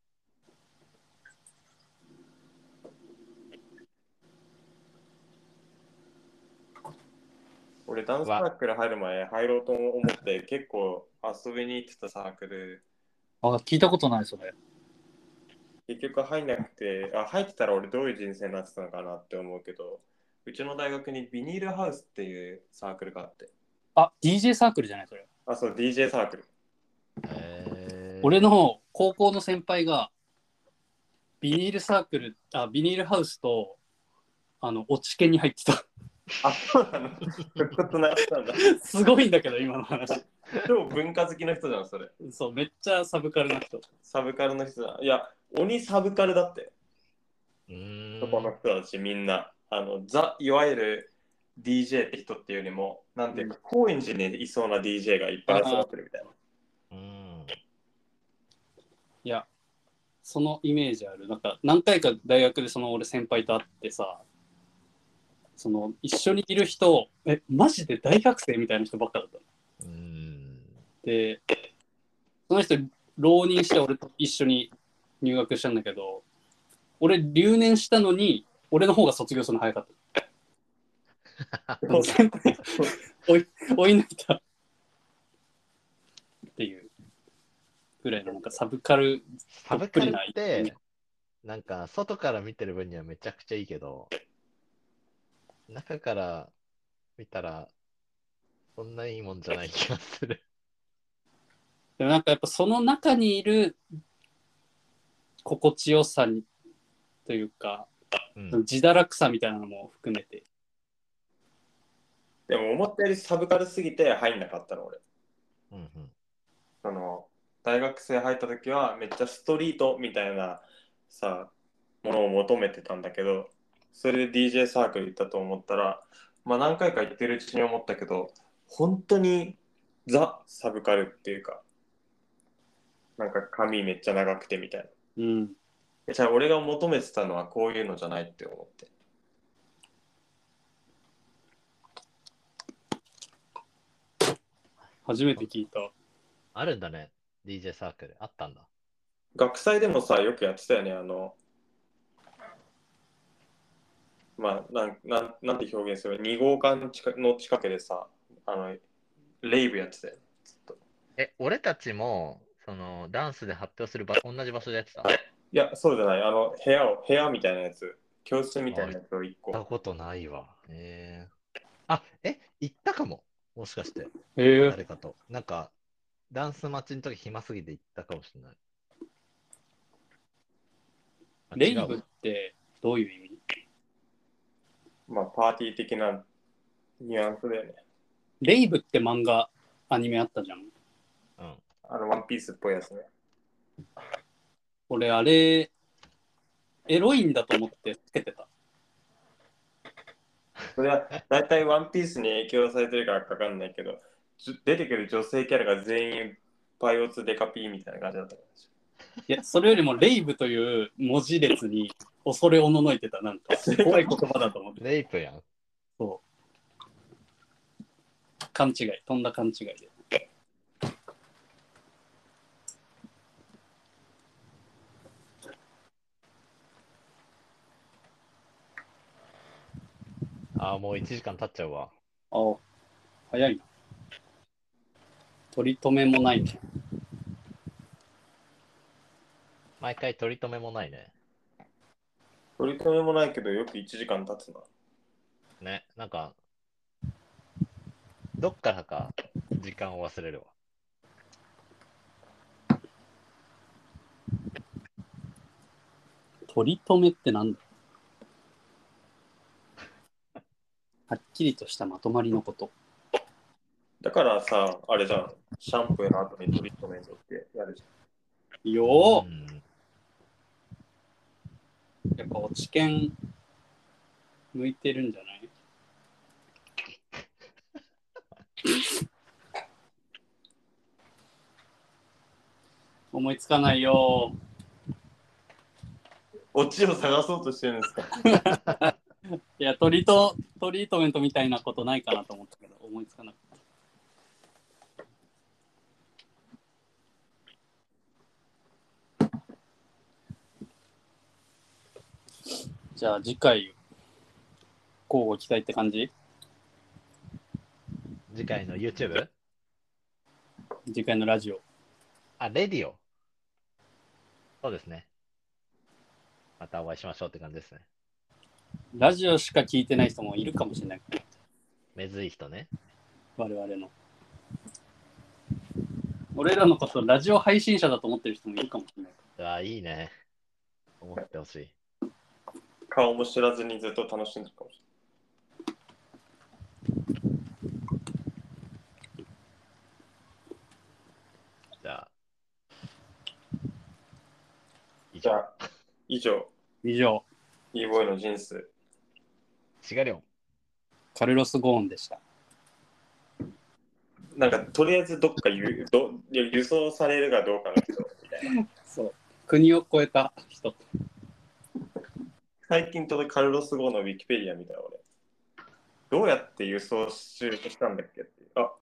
俺、ダンスサークル入る前、入ろうと思って、結構遊びに行ってたサークル、 あ、聞いたことない、それ。 結局入んなくて、あ、入ってたら俺どういう人生になってたのかなって思うけど、うちの大学にビニールハウスっていうサークルがあって、 あ、ディージェー サークルじゃない、それ。 あ、そう、ディージェー サークル。 えー、 俺の高校の先輩が、ビニールサークル、あ、ビニールハウスと、あの、落ち研に入ってた。 あ、そうなの。復活なったんだ。 すごいんだけど、今の話。 超文化好きな人じゃん、それ。 そう、めっちゃサブカルな人。 サブカルの人じゃん。いや、鬼サブカルだって。 うーん。 そこの人たちみんな。あの、ザ、いわゆる ディージェー って人っていうよりも、なんていうか、高円寺にいそうな ディージェー がいっぱい集まってるみたいな。 うーん。 いや、そのイメージある。なんか、何回か大学でその俺先輩と会ってさ、その一緒にいる人、え、マジで大学生みたいな人ばっかだったの。 うーん。 で、その人、浪人して俺と一緒に入学したんだけど、俺留年したのに、俺の方が卒業するの早かった。先輩追い追い抜いたっていうぐらいのなんかサブカルサブカルって、なんか外から見てる分にはめちゃくちゃいいけど、中から見たら、そんないいもんじゃない気がする。 でもなんかやっぱその中にいる心地よさにというか、 うん、 自堕落さみたいなのも含めて。 でも思ったよりサブカルすぎて入んなかったの、俺。 うん、うん。 その、大学生入った時はめっちゃストリートみたいなさ、ものを求めてたんだけど、それで ディージェー サークル行ったと思ったら、まあ何回か行ってるうちに思ったけど、本当にザ・サブカルっていうか、なんか髪めっちゃ長くてみたいな。 うん。 じゃあ俺が求めてたのはこういうのじゃないって思って。 初めて聞いた。 あるんだね、ディージェー サークル。あったんだ。 学祭でもさ、よくやってたよね、あの、まあ、なんなん、なんて表現するに号館の近くでさ、あの、レイブやってたよね、ずっと。 え、俺たちも、その、ダンスで発表する場、同じ場所でやってた。 いや、そうじゃない。あの、部屋を、部屋みたいなやつ、教室みたいなやつを一個。 行ったことないわ。えー、あ、え、行ったかも。もしかして、 へえ。 誰かと。なんか、ダンス待ちの時暇すぎて行ったかもしれない。あレイブっ違うわてどういう意味？ まあ、パーティー的なニュアンスだよね。 レイブって漫画、アニメあったじゃん。 うん。 あの、ワンピースっぽいやつね。 俺、あれ、エロいんだと思ってつけてた。 それは、だいたいワンピースに影響されてるからかわかんないけど、じゅ出てくる女性キャラが全員パイオツデカピーみたいな感じだったんですよ。 いや、それよりもレイブという文字列に恐れおののいてた。なんか、怖い言葉だと思って。 レイプやん。 そう。勘違い。とんだ勘違いで。 ああ、もういちじかん経っちゃうわ。 ああ、早いな。取り留めもないね。 毎回取り留めもないね。 取り留めもないけど、よくいちじかん経つな。 ね、なんか、どっからか時間を忘れるわ。 取り留めってなんだ？はっきりとしたまとまりのこと。 だからさ、あれじゃん、シャンプーの後にトリートメントってやるじよー、 うんやっぱ落ち研向いてるんじゃない？思いつかないよ。 オチを探そうとしてるんですか？ いや、トリート、トリートメントみたいなことないかなと思ったけど、思いつかなかった。じゃあ次回、交互期待って感じ？ 次回の YouTube？ 次回のラジオ。 あ、レディオ。そうですね。またお会いしましょうって感じですね。 ラジオしか聞いてない人もいるかもしれない。 めずい人ね。 我々の。俺らのことラジオ配信者だと思ってる人もいるかもしれない。 うわ、いいね。思ってほしい。 顔も知らずにずっと楽しんでるかもしじゃあ、以れない。じゃ上。 あ、以上、 以上、 e ボーイの人生。 シガリョン。 カルロス・ゴーンでした。 なんか、とりあえずどっかゆど輸送されるかどうかの人みたいな。 そう。国を越えた人。 最近とカルロス・ゴーンのウィキペディアみたいな俺。どうやって輸送しようとしたんだっけっていう。あ、